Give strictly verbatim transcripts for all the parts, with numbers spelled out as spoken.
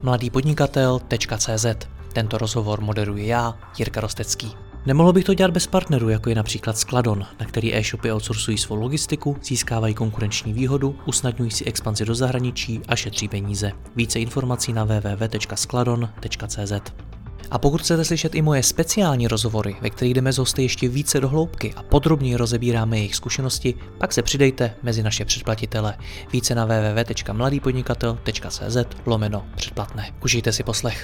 mladýpodnikatel tečka cé zet. Tento rozhovor moderuji já, Jirka Rostecký. Nemohl bych to dělat bez partnerů, jako je například Skladon, na který e-shopy outsourcují svou logistiku, získávají konkurenční výhodu, usnadňují si expanzi do zahraničí a šetří peníze. Více informací na w w w tečka skladon tečka cé zet. A pokud chcete slyšet i moje speciální rozhovory, ve kterých jdeme s hosty ještě více do hloubky a podrobněji rozebíráme jejich zkušenosti, pak se přidejte mezi naše předplatitele. Více na w w w tečka mladýpodnikatel tečka cé zet lomeno předplatné. Užijte si poslech.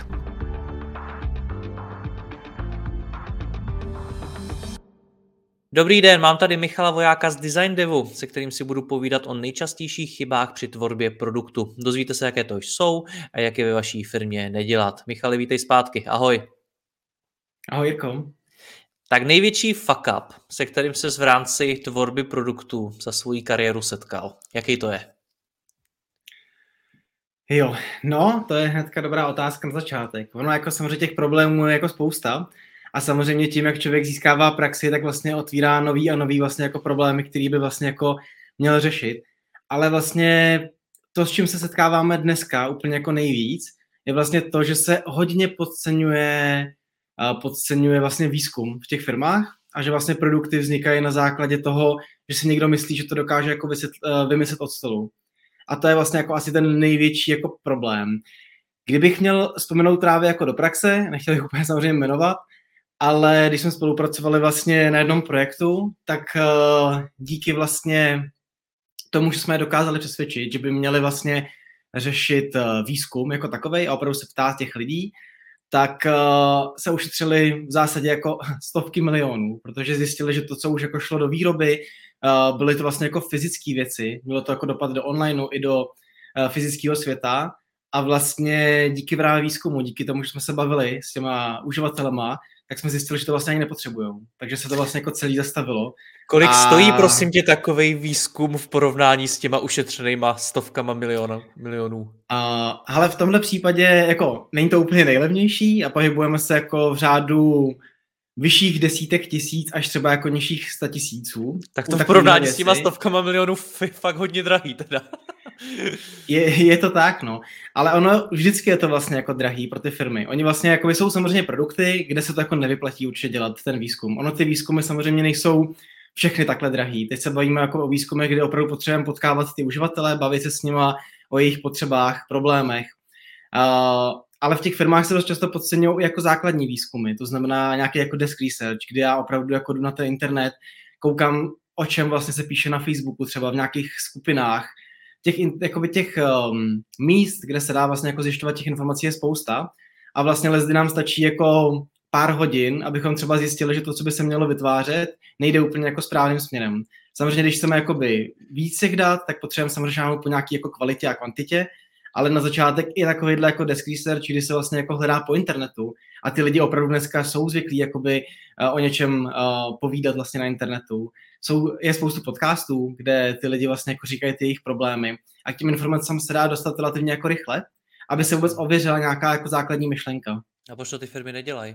Dobrý den, mám tady Michala Vojáka z Design Devu, se kterým si budu povídat o nejčastějších chybách při tvorbě produktu. Dozvíte se, jaké to jsou a jak je ve vaší firmě nedělat. Michale, vítej zpátky, ahoj. Ahoj, Jirko. Tak největší fuck up, se kterým ses v rámci tvorby produktu za svou kariéru setkal, jaký to je? Jo, no, to je hnedka dobrá otázka na začátek. Ono jako samozřejmě těch problémů je jako spousta a samozřejmě tím, jak člověk získává praxi, tak vlastně otvírá nový a nový vlastně jako problémy, který by vlastně jako měl řešit. Ale vlastně to, s čím se setkáváme dneska úplně jako nejvíc, je vlastně to, že se hodně podceňuje, podceňuje vlastně výzkum v těch firmách a že vlastně produkty vznikají na základě toho, že si někdo myslí, že to dokáže jako vymyslet od stolu. A to je vlastně jako asi ten největší jako problém. Kdybych měl vzpomenout právě jako do praxe, nechtěl bych úplně samozřejmě jmenovat, ale když jsme spolupracovali vlastně na jednom projektu, tak uh, díky vlastně tomu, že jsme je dokázali přesvědčit, že by měli vlastně řešit uh, výzkum jako takovej a opravdu se ptát těch lidí, tak uh, se ušetřili v zásadě jako stovky milionů, protože zjistili, že to, co už jako šlo do výroby, uh, byly to vlastně jako fyzické věci, bylo to jako dopad do onlineu i do uh, fyzického světa a vlastně díky právě výzkumu, díky tomu, že jsme se bavili s těma uživatelema, tak jsme zjistili, že to vlastně ani nepotřebujou. Takže se to vlastně jako celý zastavilo. Kolik a... stojí, prosím tě, takovej výzkum v porovnání s těma ušetřenýma stovkama milion, milionů? A, ale v tomhle případě jako není to úplně nejlevnější a pohybujeme se jako v řádu vyšších desítek tisíc až třeba jako nižších sta tisíců. Tak to v porovnání věci. S těma stovkama milionů je fakt hodně drahý teda. Je, je to tak, no. Ale ono vždycky je to vlastně jako drahý pro ty firmy. Oni vlastně jako jsou samozřejmě produkty, kde se to jako nevyplatí určitě dělat ten výzkum. Ono ty výzkumy samozřejmě nejsou všechny takhle drahý. Teď se bavíme jako o výzkumech, kde opravdu potřebujeme potkávat ty uživatele, bavit se s nima o jejich potřebách, problémech. Uh, ale v těch firmách se dost často podceňují jako základní výzkumy, to znamená nějaký jako desk research, kde já opravdu jako jdu na ten internet, koukám, o čem vlastně se píše na Facebooku, třeba v nějakých skupinách, těch, jakoby těch um, míst, kde se dá vlastně jako zjišťovat těch informací je spousta a vlastně lezdy nám stačí jako pár hodin, abychom třeba zjistili, že to, co by se mělo vytvářet, nejde úplně jako správným směrem. Samozřejmě, když chceme jakoby víc těch dat, tak potřebujeme samozřejmě po nějaké jako kvalitě a kvantitě, ale na začátek i takovýhle jako desk research, kdy se vlastně jako hledá po internetu a ty lidi opravdu dneska jsou zvyklí jakoby uh, o něčem uh, povídat vlastně na internetu. Jsou, je spoustu podcastů, kde ty lidi vlastně jako říkají ty jejich problémy a k těm informacím se dá dostat relativně jako rychle, aby se vůbec ověřila nějaká jako základní myšlenka. A proč to ty firmy nedělají?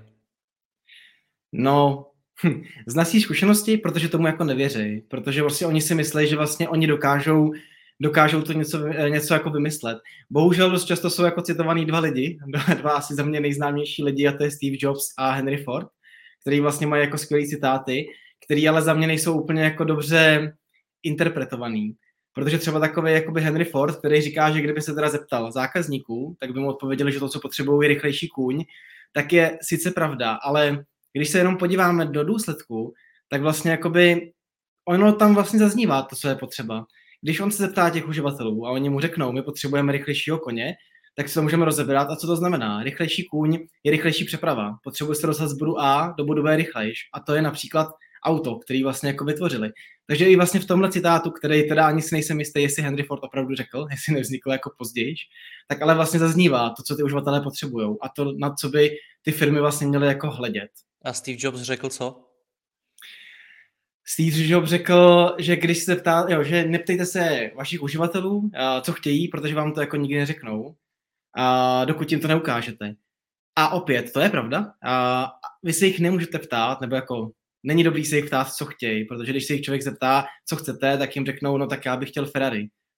No, hm, z naší zkušenosti, protože tomu jako nevěří, protože vlastně oni si myslí, že vlastně oni dokážou dokážou to něco, něco jako vymyslet. Bohužel dost často jsou jako citovaný dva lidi, dva asi za mě nejznámější lidi, a to je Steve Jobs a Henry Ford, který vlastně mají jako skvělý citáty, který ale za mě nejsou úplně jako dobře interpretovaný. Protože třeba takový jakoby Henry Ford, který říká, že kdyby se teda zeptal zákazníků, tak by mu odpověděli, že to, co potřebují, je rychlejší kůň, tak je sice pravda, ale když se jenom podíváme do důsledku, tak vlastně jakoby ono tam vlastně zaznívá to, co je potřeba. Když on se zeptá těch uživatelů a oni mu řeknou, my potřebujeme rychlejšího koně, tak si to můžeme rozebrat. A co to znamená? Rychlejší kůň je rychlejší přeprava. Potřebuje se dostat z bodu A do bodu B rychlejš. A to je například auto, který vlastně jako vytvořili. Takže i vlastně v tomhle citátu, který teda ani si nejsem jistý, jestli Henry Ford opravdu řekl, jestli nevznikl jako později, tak ale vlastně zaznívá to, co ty uživatelé potřebují a to, na co by ty firmy vlastně měly jako hledět. A Steve Jobs řekl co? Steve Jobs řekl, že když se ptá, jo, že neptejte se vašich uživatelů, co chtějí, protože vám to jako nikdy neřeknou, dokud jim to neukážete. A opět, to je pravda. Vy se jich nemůžete ptát, nebo jako není dobrý se jich ptát, co chtějí, protože když se jich člověk zeptá, co chcete, tak jim řeknou, no tak já bych chtěl Ferrari.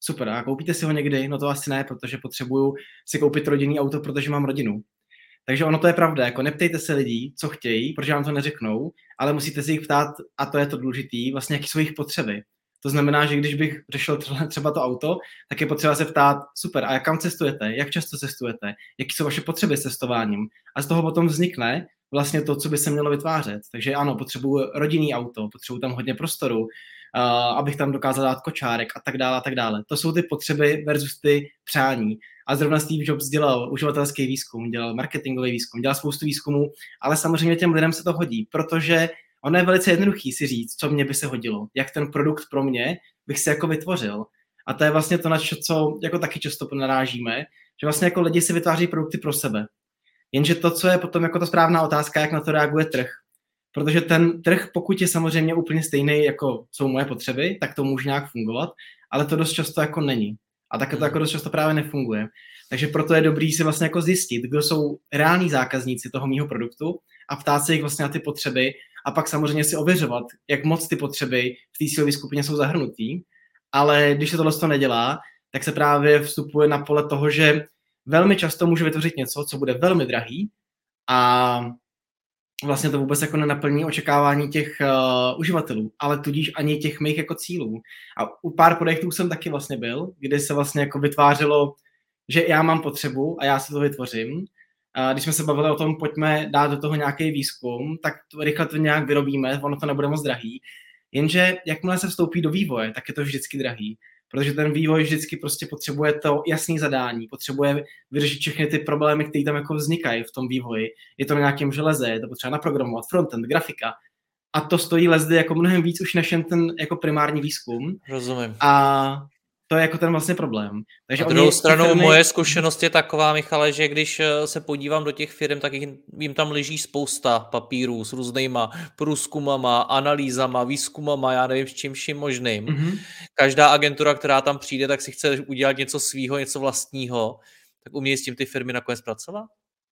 super, a koupíte si ho někdy? No to asi ne, protože potřebuju si koupit rodinný auto, protože mám rodinu. Takže ono to je pravda, jako neptejte se lidí, co chtějí, protože vám to neřeknou, ale musíte se jich ptát, a to je to důležitý, vlastně jaký jsou jejich potřeby. To znamená, že když bych řešil třeba to auto, tak je potřeba se ptát, super, a jak kam cestujete, jak často cestujete, jaký jsou vaše potřeby s cestováním. A z toho potom vznikne vlastně to, co by se mělo vytvářet. Takže ano, potřebuji rodinný auto, potřebuji tam hodně prostoru, uh, abych tam dokázal dát kočárek a tak dále, a tak dále. To jsou ty potřeby versus ty přání. A zrovna Steve Jobs dělal uživatelský výzkum, dělal marketingový výzkum, dělal spoustu výzkumů, ale samozřejmě těm lidem se to hodí, protože ono je velice jednoduchý si říct, co mě by se hodilo, jak ten produkt pro mě bych si jako vytvořil. A to je vlastně to, na co jako taky často narážíme, že vlastně jako lidi si vytváří produkty pro sebe. Jenže to, co je potom jako ta správná otázka, jak na to reaguje trh. Protože ten trh, pokud je samozřejmě úplně stejný, jako jsou moje potřeby, tak to může nějak fungovat, ale to dost často jako není. A také to jako dost často právě nefunguje. Takže proto je dobrý si vlastně jako zjistit, kdo jsou reální zákazníci toho mýho produktu a ptát se jich vlastně na ty potřeby a pak samozřejmě si ověřovat, jak moc ty potřeby v té cílové skupině jsou zahrnutý. Ale když se tohle to nedělá, tak se právě vstupuje na pole toho, že velmi často může vytvořit něco, co bude velmi drahý a vlastně to vůbec jako nenaplní očekávání těch uh, uživatelů, ale tudíž ani těch mých jako cílů. A u pár projektů jsem taky vlastně byl, kdy se vlastně jako vytvářelo, že já mám potřebu a já si to vytvořím. A když jsme se bavili o tom, pojďme dát do toho nějaký výzkum, tak to, rychle to nějak vyrobíme, ono to nebude moc drahý. Jenže jakmile se vstoupí do vývoje, tak je to vždycky drahý. Protože ten vývoj vždycky prostě potřebuje to jasné zadání, potřebuje vyřešit všechny ty problémy, které tam jako vznikají v tom vývoji. Je to na nějakém železe, je to potřeba naprogramovat, frontend, grafika. A to stojí lezdy jako mnohem víc už než jen ten jako primární výzkum. Rozumím. A to je jako ten vlastně problém. Takže na druhou stranu firmy... moje zkušenost je taková, Michale, že když se podívám do těch firm, tak jim tam leží spousta papírů s různýma průzkumama, analýzama, výzkumama, já nevím, s čím vším možným. Mm-hmm. Každá agentura, která tam přijde, tak si chce udělat něco svýho, něco vlastního. Tak umějí s tím ty firmy nakonec pracovat?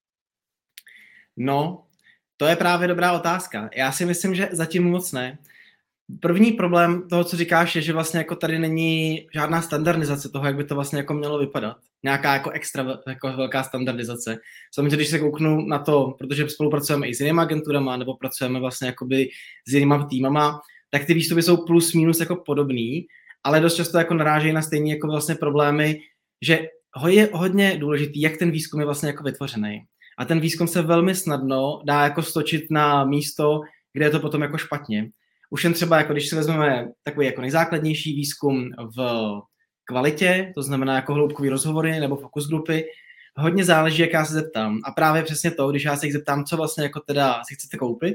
No, to je právě dobrá otázka. Já si myslím, že zatím moc ne. První problém toho, co říkáš, je, že vlastně jako tady není žádná standardizace toho, jak by to vlastně jako mělo vypadat. Nějaká jako extra jako velká standardizace. Samozřejmě, když se kouknu na to, protože spolupracujeme i s jinými agenturama, nebo pracujeme vlastně jakoby s jinýma týmama, tak ty výstupy jsou plus minus jako podobný, ale dost často jako narážejí na stejné jako vlastně problémy, že je hodně důležitý, jak ten výzkum je vlastně jako vytvořený. A ten výzkum se velmi snadno dá jako stočit na místo, kde je to potom jako špatně. Už jen třeba, jako když si vezmeme takový jako nejzákladnější výzkum v kvalitě, to znamená jako hloubkový rozhovory nebo fokus grupy, hodně záleží, jak já se zeptám. A právě přesně to, když já se jich zeptám, co vlastně jako teda si chcete koupit,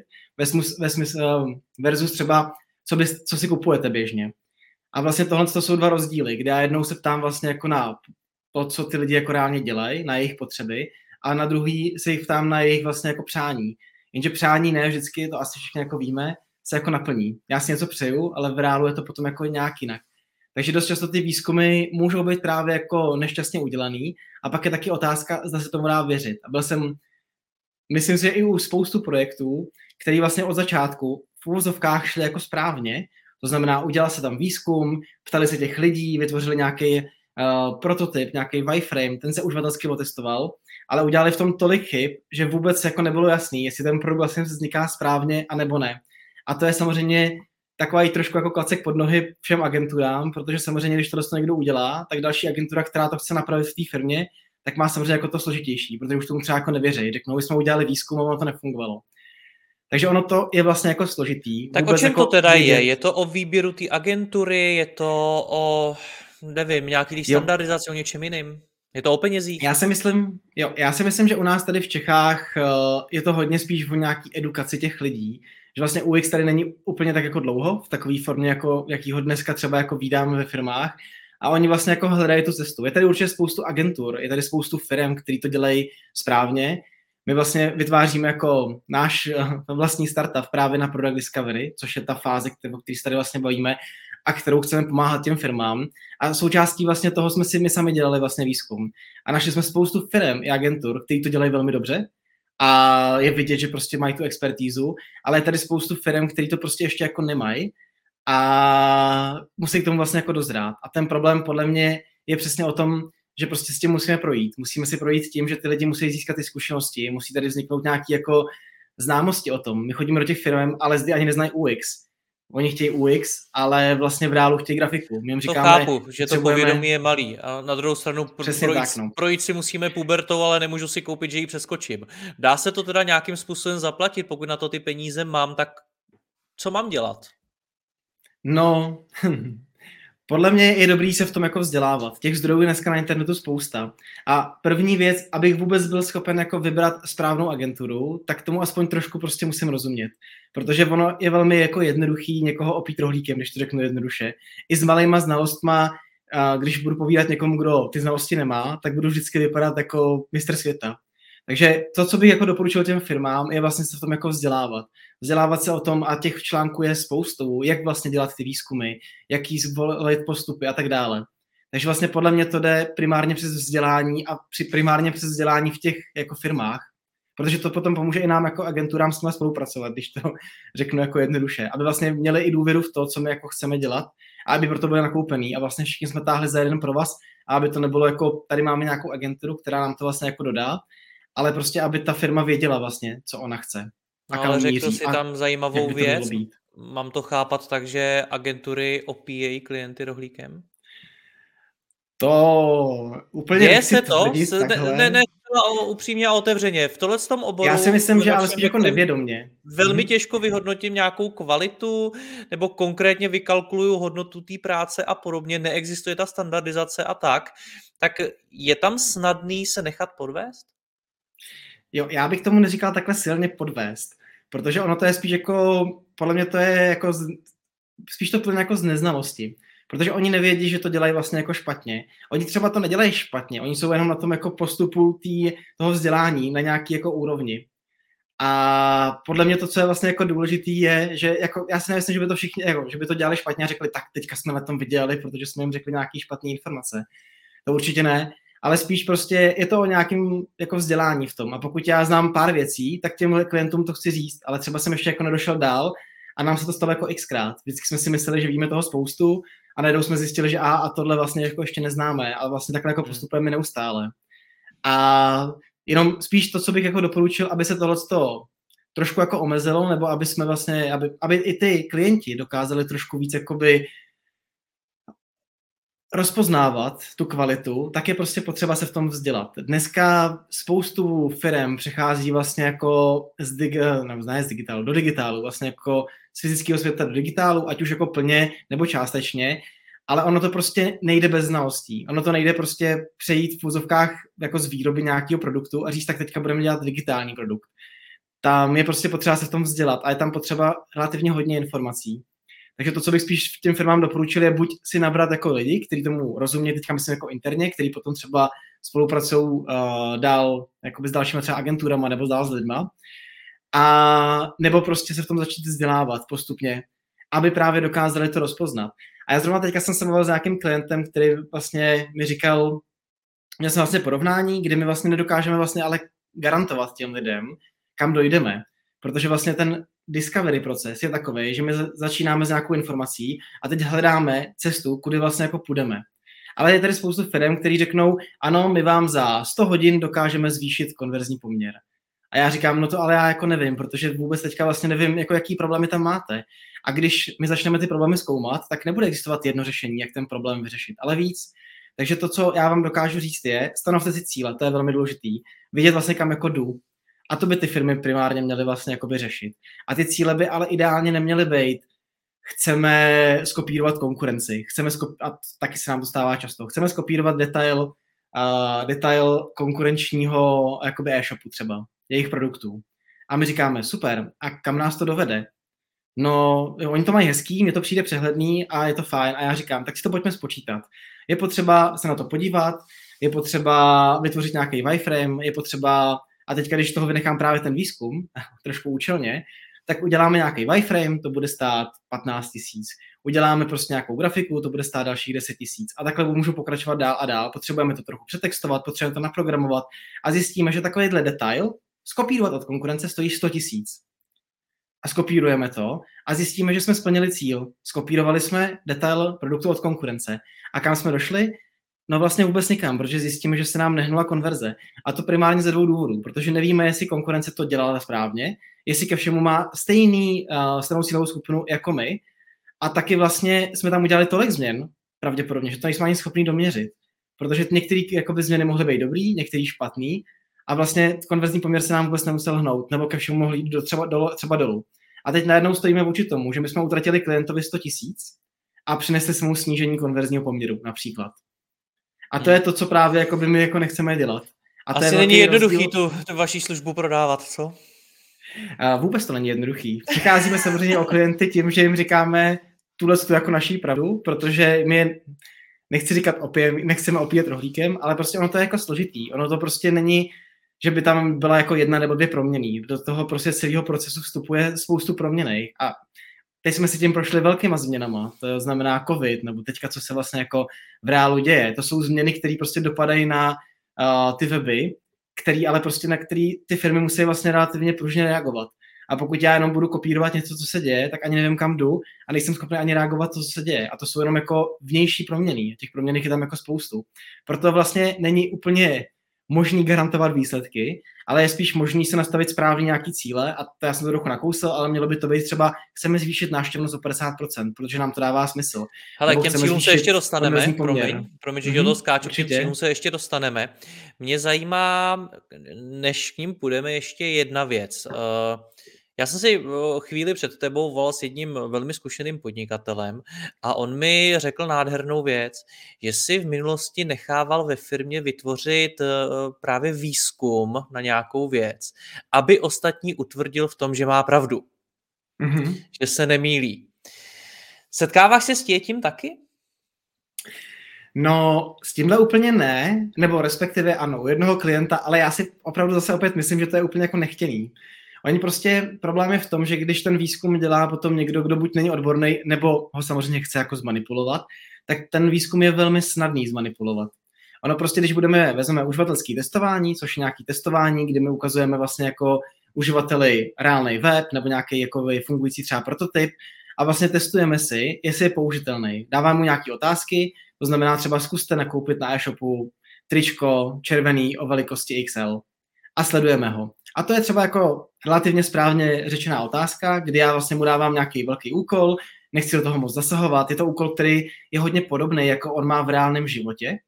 versus třeba, co, by, co si kupujete běžně. A vlastně tohle to jsou dva rozdíly, kde já jednou se ptám vlastně jako na to, co ty lidi jako reálně dělají, na jejich potřeby, a na druhý se jich ptám na jejich vlastně jako přání. Jenže přání ne vždycky, to asi všichni jako víme, se jako naplní. Já si něco přeju, ale v reálu je to potom jako nějak jinak. Takže dost často ty výzkumy můžou být právě jako nešťastně udělaný a pak je taky otázka, zda se tomu dá věřit. A byl jsem, myslím si, že i u spoustu projektů, který vlastně od začátku v úvozovkách šli jako správně, to znamená, udělal se tam výzkum, ptali se těch lidí, vytvořili nějaký uh, prototyp, nějaký wireframe, ten se uživatelsky otestoval, ale udělali v tom tolik chyb, že vůbec jako nebylo jasný, jestli ten produkt vlastně vzniká správně a nebo ne. A to je samozřejmě takový trošku jako klacek pod nohy všem agenturám, protože samozřejmě, když to dost někdo udělá, tak další agentura, která to chce napravit v té firmě, tak má samozřejmě jako to složitější, protože už tomu třeba jako nevěří. Řeknou, my jsme udělali výzkum a ono to nefungovalo. Takže ono to je vlastně jako složitý. Tak o čem jako to teda vědět. je? Je to o výběru té agentury? Je to o, nevím, nějaký standardizaci, o něčem jiným? Je to o penězích? Já si myslím, jo, já si myslím, že u nás tady v Čechách uh, je to hodně spíš o nějaký edukaci těch lidí, že vlastně U X tady není úplně tak jako dlouho, v takové formě, jako jakýho dneska třeba jako vídáme ve firmách, a oni vlastně jako hledají tu cestu. Je tady určitě spoustu agentur, je tady spoustu firm, který to dělají správně. My vlastně vytváříme jako náš vlastní startup právě na Product Discovery, což je ta fáze, o které se tady vlastně bavíme a kterou chceme pomáhat těm firmám. A součástí vlastně toho jsme si my sami dělali vlastně výzkum. A našli jsme spoustu firm i agentur, kteří to dělají velmi dobře a je vidět, že prostě mají tu expertízu, ale je tady spoustu firm, kteří to prostě ještě jako nemají a musí k tomu vlastně jako dozrát. A ten problém podle mě je přesně o tom, že prostě s tím musíme projít. Musíme si projít tím, že ty lidi musí získat ty zkušenosti, musí tady vzniknout nějaké jako známosti o tom. My chodíme do těch firm, ale zde ani neznají U X. Oni chtějí U X, ale vlastně v reálu chtějí grafiku. My jim říkáme, to chápu, že to povědomí je malý. A na druhou stranu pro, projít, tak, no. projít si musíme pubertou, ale nemůžu si koupit, že ji přeskočím. Dá se to teda nějakým způsobem zaplatit? Pokud na to ty peníze mám, tak co mám dělat? No, podle mě je dobrý se v tom jako vzdělávat. Těch zdrojů je dneska na internetu spousta. A první věc, abych vůbec byl schopen jako vybrat správnou agenturu, tak tomu aspoň trošku prostě musím rozumět. Protože ono je velmi jako jednoduchý někoho opít rohlíkem, když to řeknu jednoduše. I s malejma znalostma, když budu povídat někomu, kdo ty znalosti nemá, tak budu vždycky vypadat jako mistr světa. Takže to, co bych jako doporučil těm firmám, je vlastně se v tom jako vzdělávat. Vzdělávat se o tom, a těch článků je spoustu, jak vlastně dělat ty výzkumy, jaký zvolit postupy a tak dále. Takže vlastně podle mě to jde primárně přes vzdělání a primárně přes vzdělání v těch jako firmách, protože to potom pomůže i nám jako agenturám s nimi spolupracovat, když to řeknu jako jednoduše, aby vlastně měli i důvěru v to, co my jako chceme dělat, a aby proto byli nakoupený a vlastně všichni jsme táhli za jeden provaz, a aby to nebylo jako, tady máme nějakou agenturu, která nám to vlastně jako dodá, ale prostě, aby ta firma věděla vlastně, co ona chce. No, ale řekl si tam zajímavou věc. Mám to chápat tak, že agentury opíjejí klienty rohlíkem? To úplně děje se to? Ne, ne, ne, upřímně a otevřeně. V tohle tom oboru... Já si myslím, že ale spíš jako nevědomě. Velmi hmm. těžko vyhodnotím nějakou kvalitu, nebo konkrétně vykalkuluju hodnotu té práce a podobně. Neexistuje ta standardizace a tak. Tak je tam snadný se nechat podvést? Jo, já bych tomu neříkal takhle silně podvést, protože ono to je spíš jako, podle mě to je jako, z, spíš to plně jako z neznalosti, protože oni nevědí, že to dělají vlastně jako špatně. Oni třeba to nedělají špatně, oni jsou jenom na tom jako postupu tý, toho vzdělání na nějaký jako úrovni. A podle mě to, co je vlastně jako důležitý, je, že jako, já si nemyslím, že by to všichni, jako, že by to dělali špatně a řekli, tak teďka jsme na tom vydělali, protože jsme jim řekli nějaký špatné informace. To určitě ne. Ale spíš prostě je to o nějakém jako vzdělání v tom. A pokud já znám pár věcí, tak těm klientům to chci říct, ale třeba jsem ještě jako nedošel dál a nám se to stalo jako xkrát. Vždycky jsme si mysleli, že víme toho spoustu a najednou jsme zjistili, že a, a tohle vlastně jako ještě neznáme, ale vlastně takhle jako postupujeme neustále. A jenom spíš to, co bych jako doporučil, aby se tohleto trošku jako omezilo, nebo aby jsme vlastně, aby, aby i ty klienti dokázali trošku víc jakoby rozpoznávat tu kvalitu, tak je prostě potřeba se v tom vzdělat. Dneska spoustu firem přechází vlastně jako z, dig- ne, ne z digitálu, do digitálu, vlastně jako z fyzického světa do digitálu, ať už jako plně nebo částečně, ale ono to prostě nejde bez znalostí. Ono to nejde prostě přejít v úzovkách jako z výroby nějakého produktu a říct, tak teďka budeme dělat digitální produkt. Tam je prostě potřeba se v tom vzdělat a je tam potřeba relativně hodně informací. Takže to, co bych spíš těm firmám doporučil, je buď si nabrat jako lidi, kteří tomu rozumějí, teďka myslím jako interně, kteří potom třeba spolupracují uh, dál jakoby s dalšíma třeba agenturama nebo dál s lidma, a nebo prostě se v tom začít vzdělávat postupně, aby právě dokázali to rozpoznat. A já zrovna teďka jsem se mluvil s nějakým klientem, který vlastně mi říkal, měl jsem vlastně porovnání, kdy my vlastně nedokážeme vlastně ale garantovat těm lidem, kam dojdeme, protože vlastně ten discovery proces je takový, že my začínáme s nějakou informací a teď hledáme cestu, kudy vlastně jako půjdeme. Ale je tady spoustu firm, který řeknou, ano, my vám za sto hodin dokážeme zvýšit konverzní poměr. A já říkám, no to ale já jako nevím, protože vůbec teďka vlastně nevím, jako jaký problémy tam máte. A když my začneme ty problémy zkoumat, tak nebude existovat jedno řešení, jak ten problém vyřešit, ale víc. Takže to, co já vám dokážu říct, je, stanovte si cíle, to je velmi důležitý, vidět vlastně, kam jako jdu. A to by ty firmy primárně měly vlastně jakoby řešit. A ty cíle by ale ideálně neměly být, chceme skopírovat konkurenci, chceme skop- a taky se nám to stává často, chceme skopírovat detail, uh, detail konkurenčního jakoby e-shopu třeba, jejich produktů. A my říkáme, super, a kam nás to dovede? No, jo, oni to mají hezký, mně to přijde přehledný a je to fajn. A já říkám, tak si to pojďme spočítat. Je potřeba se na to podívat, je potřeba vytvořit nějaký wireframe, je potřeba, a teďka, když toho vynechám právě ten výzkum, trošku účelně, tak uděláme nějaký wireframe, to bude stát patnáct tisíc. Uděláme prostě nějakou grafiku, to bude stát dalších deset tisíc. A takhle můžu pokračovat dál a dál. Potřebujeme to trochu přetextovat, potřebujeme to naprogramovat a zjistíme, že takovýhle detail skopírovat od konkurence stojí sto tisíc. a skopírujeme to a zjistíme, že jsme splnili cíl. Skopírovali jsme detail produktu od konkurence. A kam jsme došli? No vlastně vůbec nikam, protože zjistíme, že se nám nehnula konverze. A to primárně ze dvou důvodů, protože nevíme, jestli konkurence to dělala správně, jestli ke všemu má stejný, uh, stejnou cílovou skupinu jako my. A taky vlastně jsme tam udělali tolik změn, pravděpodobně, že to nejsme ani schopni doměřit. Protože některé změny mohly být dobrý, některé špatný a vlastně konverzní poměr se nám vůbec nemusel hnout, nebo ke všemu mohli jít do, třeba, dolo, třeba dolů. A teď najednou stojíme vůči tomu, že my jsme utratili klientovi sto tisíc a přinesli jsme mu snížení konverzního poměru například. A to je to, co právě jako by my jako nechceme dělat. A to asi je není jednoduchý rozdíl... tu, tu vaši službu prodávat, co? A vůbec to není jednoduchý. Přicházíme samozřejmě o klienty tím, že jim říkáme tuhle tu jako naší pravdu, protože my je, nechci říkat opět, nechceme opíjet rohlíkem, ale prostě ono to je jako složitý. Ono to prostě není, že by tam byla jako jedna nebo dvě proměny. Do toho prostě celého procesu vstupuje spoustu proměnej. A teď jsme si tím prošli velkýma změnama. To znamená covid, nebo teďka, co se vlastně jako v reálu děje. To jsou změny, které prostě dopadají na uh, ty weby, který ale prostě na který ty firmy musí vlastně relativně pružně reagovat. A pokud já jenom budu kopírovat něco, co se děje, tak ani nevím, kam jdu a nejsem schopný ani reagovat, co se děje. A to jsou jenom jako vnější proměny. Těch proměných je tam jako spoustu. Proto vlastně není úplně možný garantovat výsledky, ale je spíš možný se nastavit správně nějaký cíle a to já jsem to trochu nakousl, ale mělo by to být třeba, chceme zvýšit návštěvnost o padesát procent, protože nám to dává smysl. Hele, k těm cílům se ještě dostaneme, promiň, promiň, že mm-hmm, do skáču, k těm cílům se ještě dostaneme. Mě zajímá, než k ním půjdeme, ještě jedna věc. Já jsem si chvíli před tebou volal s jedním velmi zkušeným podnikatelem a on mi řekl nádhernou věc, že si v minulosti nechával ve firmě vytvořit právě výzkum na nějakou věc, aby ostatní utvrdil v tom, že má pravdu, mm-hmm. že se nemýlí. Setkáváš se s tím taky? No, s tímhle úplně ne, nebo respektive ano, u jednoho klienta, ale já si opravdu zase opět myslím, že to je úplně jako nechtěný. Oni prostě, problém je v tom, že když ten výzkum dělá potom někdo, kdo buď není odborný, nebo ho samozřejmě chce jako zmanipulovat, tak ten výzkum je velmi snadný zmanipulovat. Ono prostě, když budeme, vezmeme uživatelské testování, což je nějaké testování, kdy my ukazujeme vlastně jako uživateli reálný web nebo nějaký jako fungující třeba prototyp a vlastně testujeme si, jestli je použitelný. Dáváme mu nějaké otázky, to znamená třeba zkuste nakoupit na e-shopu tričko červený o velikosti X L a sledujeme ho. A to je třeba jako relativně správně řečená otázka, kdy já vlastně mu dávám nějaký velký úkol, nechci do toho moc zasahovat. Je to úkol, který je hodně podobný, jako on má v reálném životě.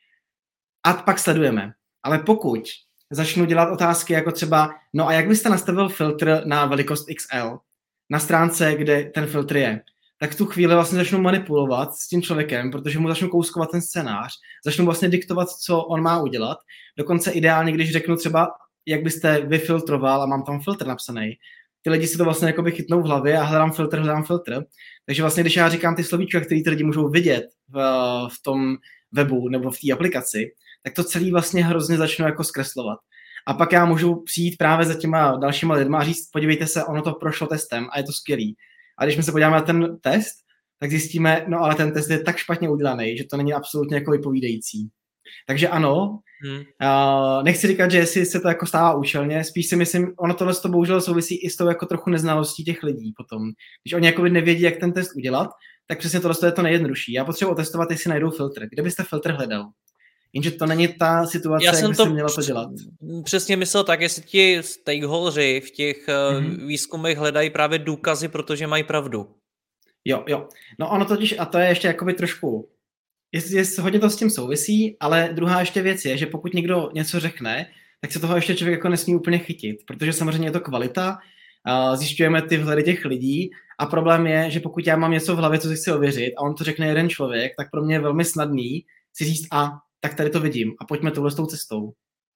A pak sledujeme. Ale pokud začnu dělat otázky jako třeba, no a jak byste nastavil filtr na velikost X L na stránce, kde ten filtr je, tak v tu chvíli vlastně začnu manipulovat s tím člověkem, protože mu začnu kouskovat ten scénář, začnu vlastně diktovat, co on má udělat. Dokonce ideálně, když řeknu třeba, jak byste vyfiltroval a mám tam filtr napsaný. Ty lidi si to vlastně jakoby chytnou v hlavě a hledám filtr, hledám filtr. Takže vlastně, když já říkám ty slovíčka, které ty lidi můžou vidět v, v tom webu nebo v té aplikaci, tak to celý vlastně hrozně začnu jako zkreslovat. A pak já můžu přijít právě za těma dalšíma lidma a říct, podívejte se, ono to prošlo testem a je to skvělý. A když my se podíváme na ten test, tak zjistíme, no ale ten test je tak špatně udělaný, že to není absolutně jako vypovídající. Takže ano, hmm. uh, nechci říkat, že jestli se to jako stává účelně, spíš si myslím, ono tohle to bohužel souvisí i s tou jako trochu neznalostí těch lidí potom. Když oni jakoby nevědí, jak ten test udělat, tak přesně tohle je to nejjednodušší. Já potřebuji otestovat, jestli najdou filtr. Kde byste filtr hledal? Jenže to není ta situace, jak by se měla to dělat. Přesně myslel tak, jestli ti stakeholdři v těch mm-hmm. výzkumech hledají právě důkazy, protože mají pravdu. Jo, jo. No ono totiž, a to je ještě jakoby trošku, je, je, hodně to s tím souvisí, ale druhá ještě věc je, že pokud někdo něco řekne, tak se toho ještě člověk jako nesmí úplně chytit, protože samozřejmě je to kvalita, zjišťujeme ty vhledy těch lidí a problém je, že pokud já mám něco v hlavě, co si chci ověřit a on to řekne jeden člověk, tak pro mě je velmi snadný si říct a tak tady to vidím a pojďme touhle s tou cestou.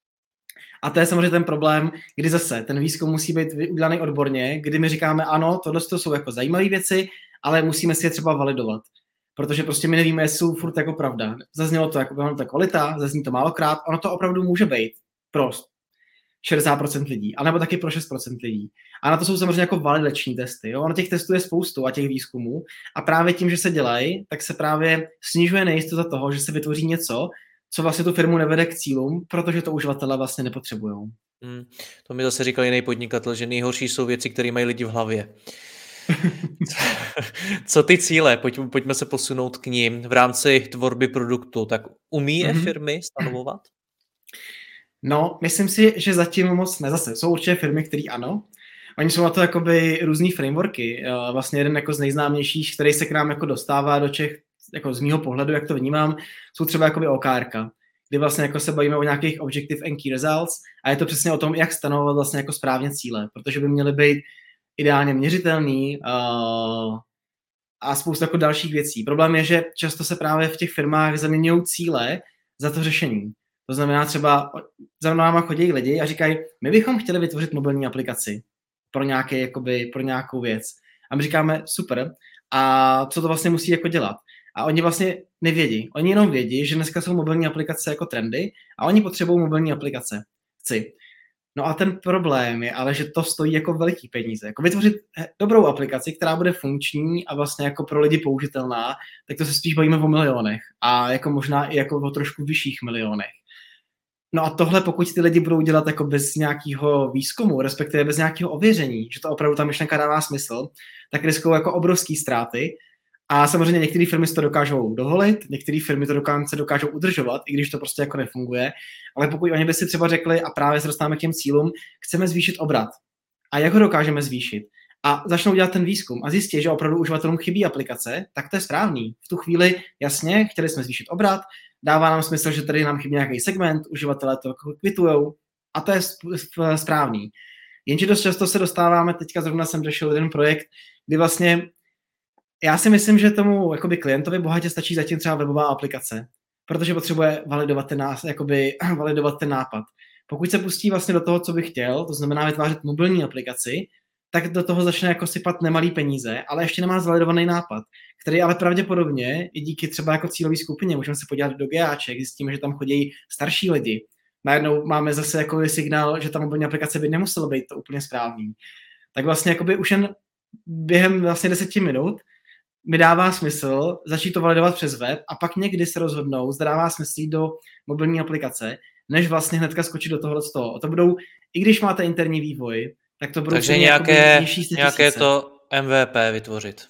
A to je samozřejmě ten problém, kdy zase ten výzkum musí být udělaný odborně, kdy my říkáme ano, tohle jsou jako zajímavé věci, ale musíme si je třeba validovat. Protože prostě my nevíme, jestli jsou furt jako pravda. Zaznělo to jako ono to kvalita, zazní to málokrát, ono to opravdu může být pro šedesát procent lidí, anebo taky pro šest procent lidí. A na to jsou samozřejmě jako validační testy. Jo? Ono těch testů je spoustu a těch výzkumů a právě tím, že se dělají, tak se právě snižuje nejistota toho, že se vytvoří něco, co vlastně tu firmu nevede k cílům, protože to uživatelé vlastně nepotřebujou. Hmm, to mi zase říkal jiný podnikatel, že nejhorší jsou věci, které mají lidi v hlavě. Co ty cíle? Pojď, pojďme se posunout k ním v rámci tvorby produktu. Tak umí je Mhm. firmy stanovovat? No, myslím si, že zatím moc ne. Zase jsou určitě firmy, které ano. Oni jsou na to jakoby různý frameworky. Eh, Vlastně jeden jako z nejznámějších, který se k nám jako dostává do Čech, jako z mýho pohledu, jak to vnímám, jsou třeba jakoby O K R, kdy vlastně jako se bavíme o nějakých Objective and Key Results a je to přesně o tom, jak stanovovat vlastně jako správně cíle, protože by měly být ideálně měřitelný uh, a spousta jako dalších věcí. Problém je, že často se právě v těch firmách zaměňují cíle za to řešení. To znamená třeba, za náma chodí lidi a říkají, my bychom chtěli vytvořit mobilní aplikaci pro, nějaký, jakoby, pro nějakou věc. A my říkáme, super, a co to vlastně musí jako dělat? A oni vlastně nevědí. Oni jenom vědí, že dneska jsou mobilní aplikace jako trendy a oni potřebují mobilní aplikace. Chci. No a ten problém je ale, že to stojí jako veliký peníze. Jako vytvořit dobrou aplikaci, která bude funkční a vlastně jako pro lidi použitelná, tak to se spíš bavíme o milionech a jako možná i jako o trošku vyšších milionech. No a tohle, pokud ty lidi budou dělat jako bez nějakého výzkumu, respektive bez nějakého ověření, že to opravdu ta myšlenka dává smysl, tak riskují jako obrovský ztráty. A samozřejmě některé firmy si to dokážou dovolit, některé firmy to dokonce dokážou udržovat, i když to prostě jako nefunguje. Ale pokud oni by si třeba řekli, a právě se dostáváme k těm cílům, chceme zvýšit obrat. A jak ho dokážeme zvýšit? A začnou dělat ten výzkum a zjistí, že opravdu uživatelům chybí aplikace, tak to je správný. V tu chvíli, jasně, chtěli jsme zvýšit obrat, dává nám smysl, že tady nám chybí nějaký segment, uživatelé to kvitujou a to je správný. Jenže dost často se dostáváme, teďka zrovna jsem řešil jeden projekt, kdy vlastně já si myslím, že tomu jakoby klientovi bohatě stačí zatím třeba webová aplikace, protože potřebuje validovat ten, nás, jakoby, validovat ten nápad. Pokud se pustí vlastně do toho, co by chtěl, to znamená vytvářet mobilní aplikaci, tak do toho začne jako sypat nemalý peníze, ale ještě nemá zvalidovaný nápad, který ale pravděpodobně i díky třeba jako cílové skupině, můžeme se podívat do GAček, zjistíme, že tam chodí starší lidi. Najednou máme zase jako signál, že ta mobilní aplikace by nemusela být to úplně správný. Tak vlastně jakoby už jen během vlastně deseti minut mi dává smysl začít to validovat přes web a pak někdy se rozhodnou, zda dává smysl jít do mobilní aplikace, než vlastně hnedka skočit do tohohle z toho. To budou, i když máte interní vývoj, tak to budou Takže nějaké, nějaké to M V P vytvořit.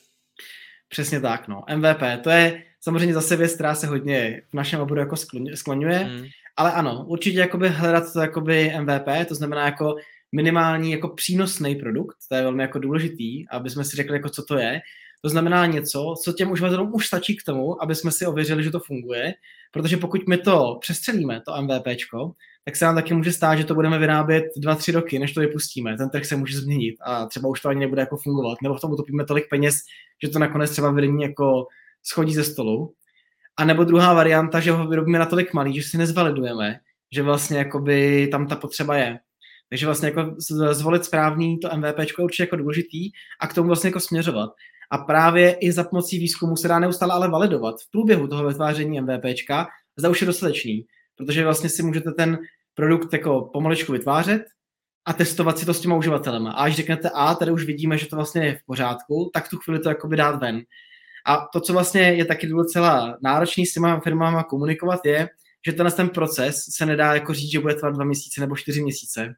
Přesně tak, no. M V P, to je samozřejmě zase věc, která se hodně v našem oboru jako skloňuje, hmm. ale ano, určitě jakoby hledat to jakoby M V P, to znamená jako minimální jako přínosný produkt, to je velmi jako důležitý, aby jsme si řekli, jako co to je. To znamená něco, co těm uživatelům už stačí k tomu, aby jsme si ověřili, že to funguje, protože pokud my to přestřelíme, to MVPčko, tak se nám taky může stát, že to budeme vyrábět dva, tři roky, než to vypustíme. Ten trh se může změnit a třeba už to ani nebude jako fungovat, nebo v tom utopíme tolik peněz, že to nakonec třeba vedení jako schodí ze stolu. A nebo druhá varianta, že ho vyrobíme natolik malý, že si nezvalidujeme, že vlastně jakoby tam ta potřeba je. Takže vlastně jako zvolit správný to MVPčko je určitě jako důležitý a k tomu vlastně jako směřovat. A právě i za pomocí výzkumu se dá neustále ale validovat v průběhu toho vytváření MVPčka, zda už je dostatečný, protože vlastně si můžete ten produkt jako pomaličku vytvářet a testovat si to s těma uživatelema. A až řeknete A, tady už vidíme, že to vlastně je v pořádku, tak tu chvíli to jakoby dát ven. A to, co vlastně je taky docela náročný s těma firmama komunikovat, je, že tenhle ten proces se nedá jako říct, že bude trvat dva měsíce nebo čtyři měsíce.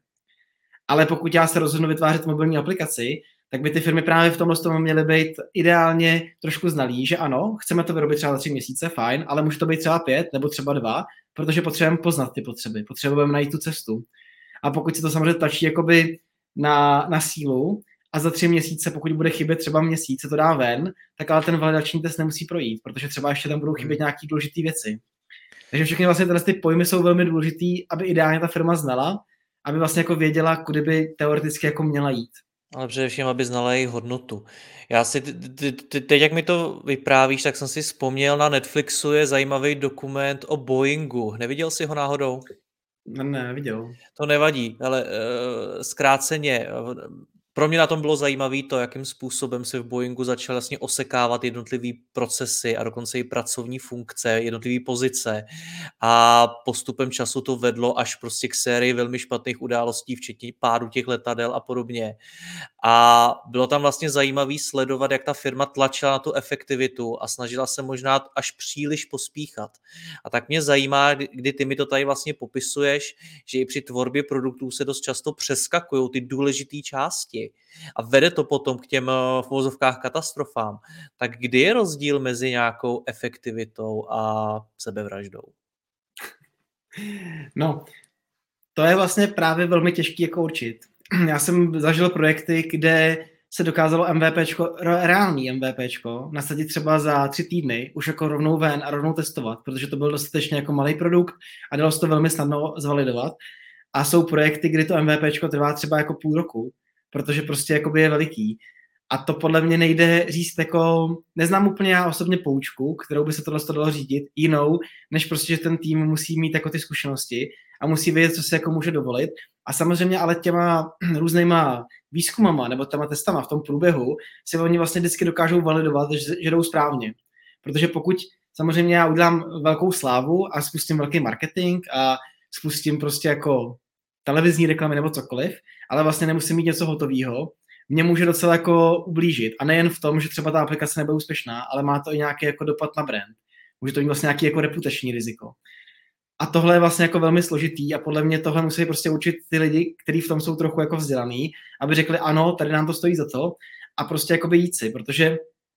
Ale pokud já se rozhodnu vytvářet mobilní aplikaci, tak by ty firmy právě v tomhle tomu měly být ideálně trošku znalí, že ano, chceme to vyrobit třeba za tři měsíce, fajn, ale může to být třeba pět nebo třeba dva, protože potřebujeme poznat ty potřeby, potřebujeme najít tu cestu. A pokud se to samozřejmě tlačí jakoby na, na sílu a za tři měsíce, pokud bude chybět třeba měsíc, se to dá ven, tak ale ten validační test nemusí projít, protože třeba ještě tam budou chybět nějaké důležité věci. Takže všechny vlastně tyhle ty pojmy jsou velmi důležitý, aby ideálně ta firma znala, aby vlastně jako věděla, kudy by teoreticky jako měla jít. Ale především, aby znala jejich hodnotu. Já si, t- t- teď jak mi to vyprávíš, tak jsem si vzpomněl, na Netflixu je zajímavý dokument o Boeingu. Neviděl jsi ho náhodou? Ne, neviděl. To nevadí, ale uh, zkráceně, Pro mě na tom bylo zajímavé to, jakým způsobem se v Boeingu začal vlastně osekávat jednotlivý procesy a dokonce i pracovní funkce, jednotlivé pozice a postupem času to vedlo až prostě k sérii velmi špatných událostí, včetně pádu těch letadel a podobně. A bylo tam vlastně zajímavé sledovat, jak ta firma tlačila na tu efektivitu a snažila se možná až příliš pospíchat. A tak mě zajímá, kdy ty mi to tady vlastně popisuješ, že i při tvorbě produktů se dost často přeskakují ty důležité části a vede to potom k těm v uvozovkách katastrofám. Tak kdy je rozdíl mezi nějakou efektivitou a sebevraždou? No, to je vlastně právě velmi těžký jako určit. Já jsem zažil projekty, kde se dokázalo MVPčko, reálný MVPčko, nasadit třeba za tři týdny, už jako rovnou ven a rovnou testovat, protože to byl dostatečně jako malý produkt a dalo se to velmi snadno zvalidovat. A jsou projekty, kdy to MVPčko trvá třeba jako půl roku, protože prostě jakoby je veliký. A to podle mě nejde říct jako, neznám úplně já osobně poučku, kterou by se tohle dalo řídit, jinou, než prostě, že ten tým musí mít jako ty zkušenosti a musí vědět, co se jako může dovolit. A samozřejmě ale těma různýma výzkumama nebo těma testama v tom průběhu si oni vlastně vždycky dokážou validovat, že, že jdou správně. Protože pokud samozřejmě já udělám velkou slávu a spustím velký marketing a spustím prostě jako televizní reklamy nebo cokoliv, ale vlastně nemusím mít něco hotového, mě může docela jako ublížit. A nejen v tom, že třeba ta aplikace nebude úspěšná, ale má to i nějaký jako dopad na brand. Může to mít vlastně nějaký jako reputační riziko. A tohle je vlastně jako velmi složitý a podle mě tohle musí prostě učit ty lidi, kteří v tom jsou trochu jako vzdělaný, aby řekli ano, tady nám to stojí za to a prostě jako jít si, protože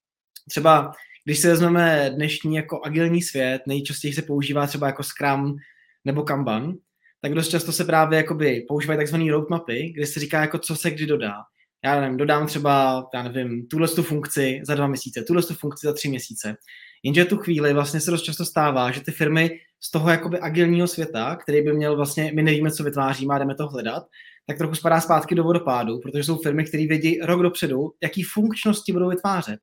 třeba když si vezmeme dnešní jako agilní svět, nejčastěji se používá třeba jako Scrum nebo Kanban, tak dost často se právě jakoby používají takzvané roadmapy, kde se říká jako co se kdy dodá. Já nevím, dodám třeba, já nevím, tuhle tu funkci za dva měsíce, tuhle tu funkci za tři měsíce. Jenže tu chvíli vlastně se dost často stává, že ty firmy z toho jakoby agilního světa, který by měl vlastně, my nevíme, co vytváříme a jdeme to hledat, tak trochu spadá zpátky do vodopádu, protože jsou firmy, které vědí rok dopředu, jaký funkčnosti budou vytvářet.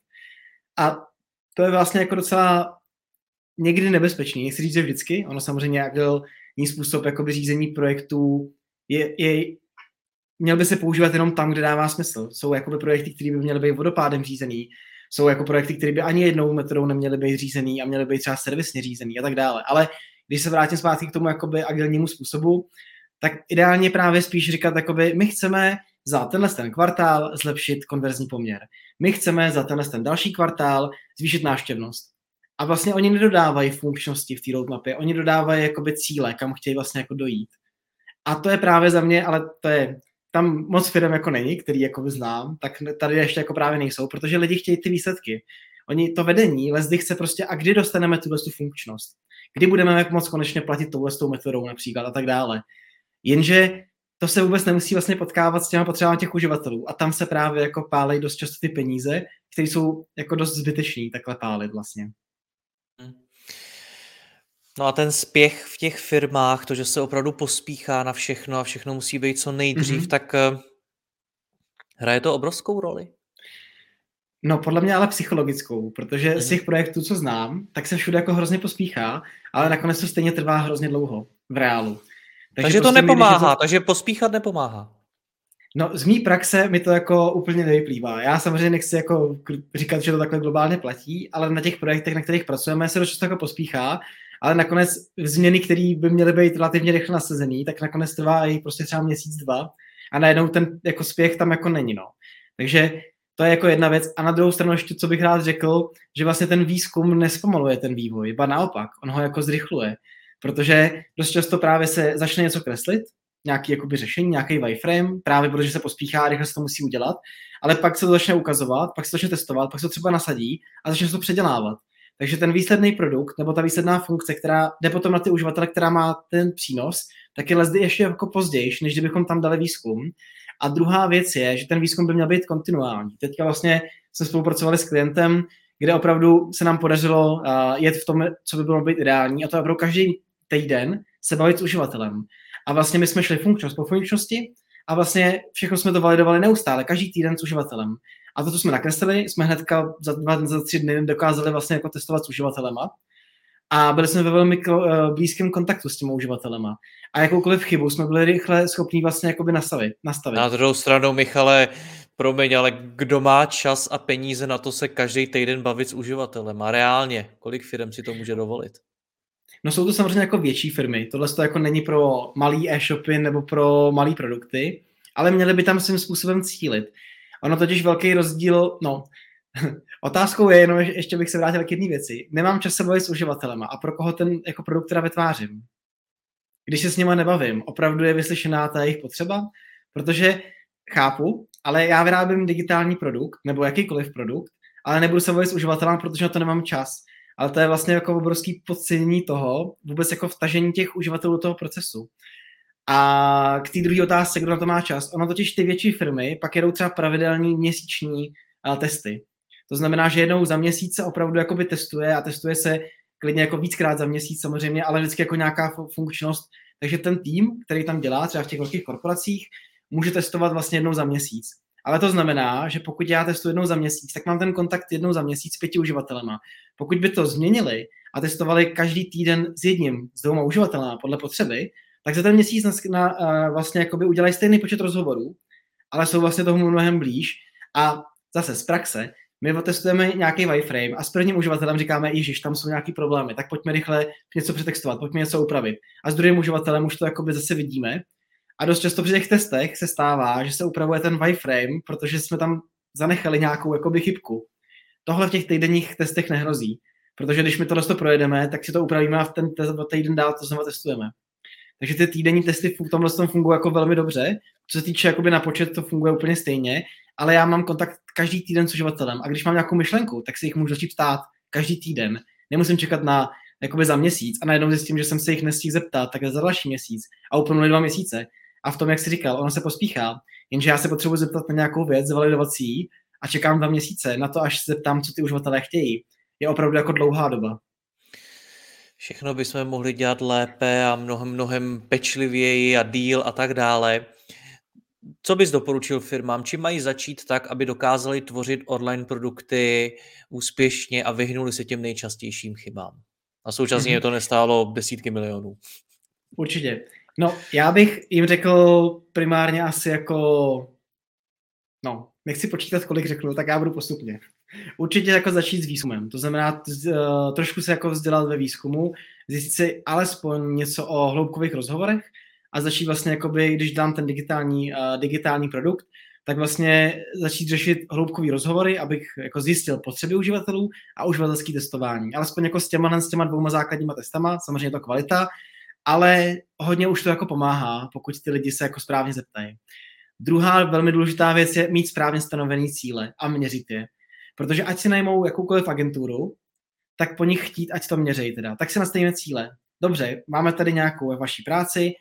A to je vlastně jako docela někdy nebezpečný, nechci říct, že vždycky, ono samozřejmě agilní způsob jakoby řízení projektů je, je měl by se používat jenom tam, kde dává smysl. Jsou jakoby projekty, které by měly být vodopádem řízený, jsou jako projekty, které by ani jednou metodou neměly být řízený a měly být třeba servisně řízený a tak dále. Ale když se vrátím zpátky k tomu jakoby agilnímu způsobu, tak ideálně právě spíš říkat, jakoby, my chceme za tenhle ten kvartál zlepšit konverzní poměr. My chceme za tenhle ten další kvartál zvýšit návštěvnost. A vlastně oni nedodávají funkčnosti v té roadmapě, oni dodávají jakoby cíle, kam chtějí vlastně jako dojít. A to je právě za mě, ale to je tam moc firm jako není, který jako znám, tak tady ještě jako právě nejsou, protože lidi chtějí ty výsledky. Oni to vedení, lezdy chce prostě, a kdy dostaneme tuhle tu funkčnost? Kdy budeme moc konečně platit touhle s tou metodou například a tak dále. Jenže to se vůbec nemusí vlastně potkávat s těma potřebami těch uživatelů a tam se právě jako pálej dost často ty peníze, které jsou jako dost zbytečný takhle pálit vlastně. No a ten spěch v těch firmách, to, že se opravdu pospíchá na všechno a všechno musí být co nejdřív, mm-hmm. tak uh, hraje to obrovskou roli? No podle mě ale psychologickou, protože mm-hmm. z těch projektů, co znám, tak se všude jako hrozně pospíchá, ale nakonec to stejně trvá hrozně dlouho v reálu. Takže, takže prostě to nepomáhá, to... takže pospíchat nepomáhá. No z mý praxe mi to jako úplně nevyplývá. Já samozřejmě nechci jako říkat, že to takhle globálně platí, ale na těch projektech, na kterých pracujeme, se to často jako pospíchá, ale nakonec změny, které by měly být relativně rychle nasazený, tak nakonec trvá i prostě třeba měsíc, dva a najednou ten jako spěch tam jako není, no. Takže to je jako jedna věc. A na druhou stranu ještě, co bych rád řekl, že vlastně ten výzkum nespomaluje ten vývoj, ba naopak, on ho jako zrychluje, protože dost často právě se začne něco kreslit, nějaký jakoby řešení, nějaký wireframe, právě protože se pospíchá, rychle se to musí udělat, ale pak se to začne ukazovat, pak se to začne testovat, pak se to třeba nasadí a začne se to předělávat. Takže ten výsledný produkt nebo ta výsledná funkce, která jde potom na ty uživatele, která má ten přínos, tak je lezdy ještě jako později, než kdybychom tam dali výzkum. A druhá věc je, že ten výzkum by měl být kontinuální. Teďka vlastně jsme spolupracovali s klientem, kde opravdu se nám podařilo uh, jet v tom, co by bylo být ideální, a to opravdu každý týden se bavit s uživatelem. A vlastně my jsme šli funkčnost po funkčnosti a vlastně všechno jsme to validovali neustále, každý týden s uživatelem. A to, co jsme nakreslili, jsme hnedka za dva, za tři dny dokázali vlastně jako testovat s uživatelema. A byli jsme ve velmi blízkém kontaktu s těmi uživatelema. A jakoukoliv chybu jsme byli rychle schopní vlastně jakoby nastavit. nastavit. Na druhou stranu, Michale, Promiň, ale kdo má čas a peníze na to se každý týden bavit s uživatelem? A reálně, kolik firm si to může dovolit? No jsou to samozřejmě jako větší firmy. Tohle to jako není pro malý e-shopy nebo pro malý produkty, ale měli by tam svým způsobem cílit. Ono totiž velký rozdíl, no, otázkou je jenom, že ještě bych se vrátil k jedné věci. Nemám čas se bavit s uživatelema a pro koho ten jako produkt teda vytvářím. Když se s nima nebavím, opravdu je vyslyšená ta jejich potřeba, protože chápu, ale já vyrábím digitální produkt nebo jakýkoliv produkt, ale nebudu se bavit s uživatelem, protože na to nemám čas. Ale to je vlastně jako obrovský podcenění toho, vůbec jako vtažení těch uživatelů do toho procesu. A k té druhé otázce, kdo na to má čas, ono totiž ty větší firmy pak jedou třeba pravidelní měsíční uh, testy. To znamená, že jednou za měsíc se opravdu jakoby testuje a testuje se klidně jako víckrát za měsíc samozřejmě, ale vždycky jako nějaká funkčnost. Takže ten tým, který tam dělá třeba v těch velkých korporacích, může testovat vlastně jednou za měsíc. Ale to znamená, že pokud já testuji jednou za měsíc, tak mám ten kontakt jednou za měsíc s pěti uživatelema. Pokud by to změnili a testovali každý týden s jedním, s dvouma uživatelema podle potřeby, tak za ten měsíc na, na, vlastně jakoby udělají stejný počet rozhovorů, ale jsou vlastně tomu mnohem blíž. A zase z praxe, my otestujeme nějaký wireframe a s prvním uživatelem říkáme, ježiš, tam jsou nějaký problémy, tak pojďme rychle něco přetextovat, pojďme něco upravit. A s druhým uživatelem už to jakoby zase vidíme. A dost často při těch testech se stává, že se upravuje ten wireframe, protože jsme tam zanechali nějakou jakoby chybku. Tohle v těch týdenních testech nehrozí, protože když my tohle to projedeme, tak si to upravíme a v ten týden dál to znovu testujeme. Takže ty týdenní testy v tomhle tom fungují jako velmi dobře. Co se týče jakoby na počet, to funguje úplně stejně, ale já mám kontakt každý týden s uživatelem a když mám nějakou myšlenku, tak se jich můžu začít ptát každý týden. Nemusím čekat na jakoby za měsíc a najednou zjistím, že jsem se jich nestihl zeptat, tak za další měsíc a uplynuly dva měsíce. A v tom, jak jsi říkal, ono se pospíchá, jenže já se potřebuji zeptat na nějakou věc, validovací a čekám dva měsíce na to, až se zeptám, co ty uživatelé chtějí. Je opravdu jako dlouhá doba. Všechno bychom mohli dělat lépe a mnohem, mnohem pečlivěji a díl a tak dále. Co bys doporučil firmám? Čím mají začít tak, aby dokázali tvořit online produkty úspěšně a vyhnuli se těm nejčastějším chybám? A současně mm-hmm. to nestálo desítky milionů. Určitě. No, já bych jim řekl primárně asi jako, no, nechci počítat, kolik řeknu, tak já budu postupně. Určitě jako začít s výzkumem, to znamená uh, trošku se jako vzdělat ve výzkumu, zjistit si alespoň něco o hloubkových rozhovorech a začít vlastně jakoby, když dám ten digitální, uh, digitální produkt, tak vlastně začít řešit hloubkový rozhovory, abych jako zjistil potřeby uživatelů a uživatelské testování. Alespoň jako s těma, s těma dvouma základníma testama, samozřejmě to kvalita, ale hodně už to jako pomáhá, pokud ty lidi se jako správně zeptají. Druhá velmi důležitá věc je mít správně stanovený cíle a měřit je. Protože ať si najmou jakoukoliv agenturu, tak po nich chtít, ať to měřejí teda. Tak si nastavíme cíle. Dobře, máme tady nějakou ve vaší práci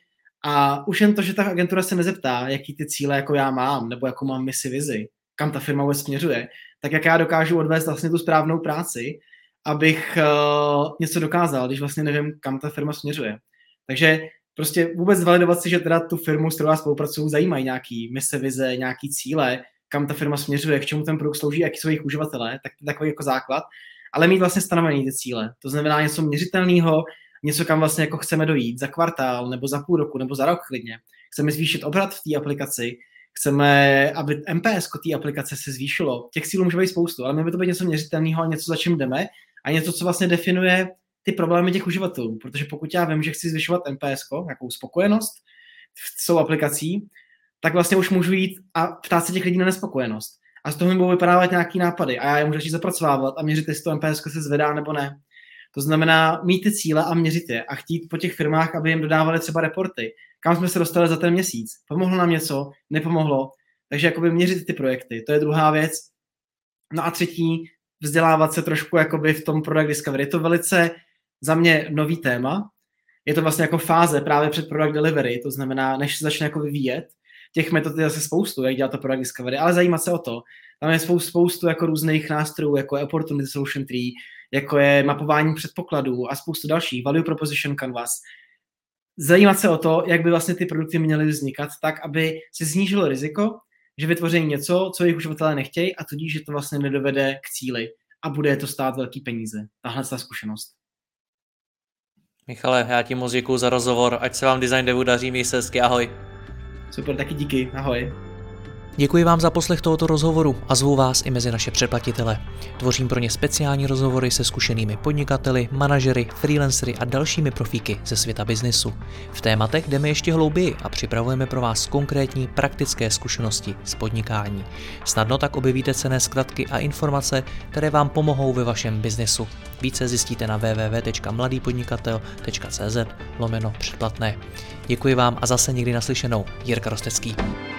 a už jen to, že ta agentura se nezeptá, jaký ty cíle jako já mám, nebo jakou mám misi, vizi, kam ta firma vůbec směřuje, tak jak já dokážu odvést vlastně tu správnou práci, abych uh, něco dokázal, když vlastně nevím, kam ta firma směřuje. Takže prostě vůbec validovat si, že teda tu firmu, s kterou já spolupracuju, zajímají nějaký mise, vize, nějaký cíle, kam ta firma směřuje, k čemu ten produkt slouží, jaký jsou jejich uživatelé, tak to je takový jako základ. Ale mít vlastně stanovený ty cíle. To znamená něco měřitelného, něco, kam vlastně jako chceme dojít za kvartál, nebo za půl roku, nebo za rok klidně. Chceme zvýšit obrat v té aplikaci, chceme, aby M P S té aplikace se zvýšilo. Těch cílů může být spoustu, ale mělo by to být něco měřitelného a něco, za čím jdeme a něco, co vlastně definuje ty problémy těch uživatelů, protože pokud já vím, že chci zvyšovat M P S, jakou spokojenost s tou aplikací, tak vlastně už můžu jít a ptát se těch lidí na nespokojenost. A z toho mi budou vypadávat nějaký nápady a já je můžu začít zapracovávat a měřit, jestli to M P S se zvedá nebo ne. To znamená mít ty cíle a měřit je a chtít po těch firmách, aby jim dodávali třeba reporty. Kam jsme se dostali za ten měsíc? Pomohlo nám něco? Nepomohlo? Takže jakoby měřit ty projekty, to je druhá věc. No a třetí, vzdělávat se trošku jakoby v tom product discovery. Je to velice za mě nový téma. Je to vlastně jako fáze právě před product delivery, to znamená, než se začne jako vyvíjet. Těch metod je zase spoustu, jak dělat to product discovery, ale zajímat se o to. Tam je spoustu, spoustu jako různých nástrojů, jako je Opportunity Solution Tree, jako je mapování předpokladů a spoustu dalších, Value Proposition Canvas. Zajímat se o to, jak by vlastně ty produkty měly vznikat tak, aby se snížilo riziko, že vytvoří něco, co jejich uživatelé nechtějí a tudíž, že to vlastně nedovede k cíli a bude to stát velký peníze. Tahle ta zkušenost. Michale, já ti moc děkuju za rozhovor, ať se vám Design Devu daří, měj se hezky, ahoj. Super, taky díky, ahoj. Děkuji vám za poslech tohoto rozhovoru a zvu vás i mezi naše předplatitele. Tvořím pro ně speciální rozhovory se zkušenými podnikateli, manažery, freelancery a dalšími profíky ze světa biznesu. V tématech jdeme ještě hlouběji a připravujeme pro vás konkrétní praktické zkušenosti z podnikání. Snadno tak objevíte cenné zkratky a informace, které vám pomohou ve vašem biznesu. Více zjistíte na w w w tečka mladý podnikatel tečka c z lomeno předplatné. Děkuji vám a zase někdy naslyšenou. Jirka Rostecký.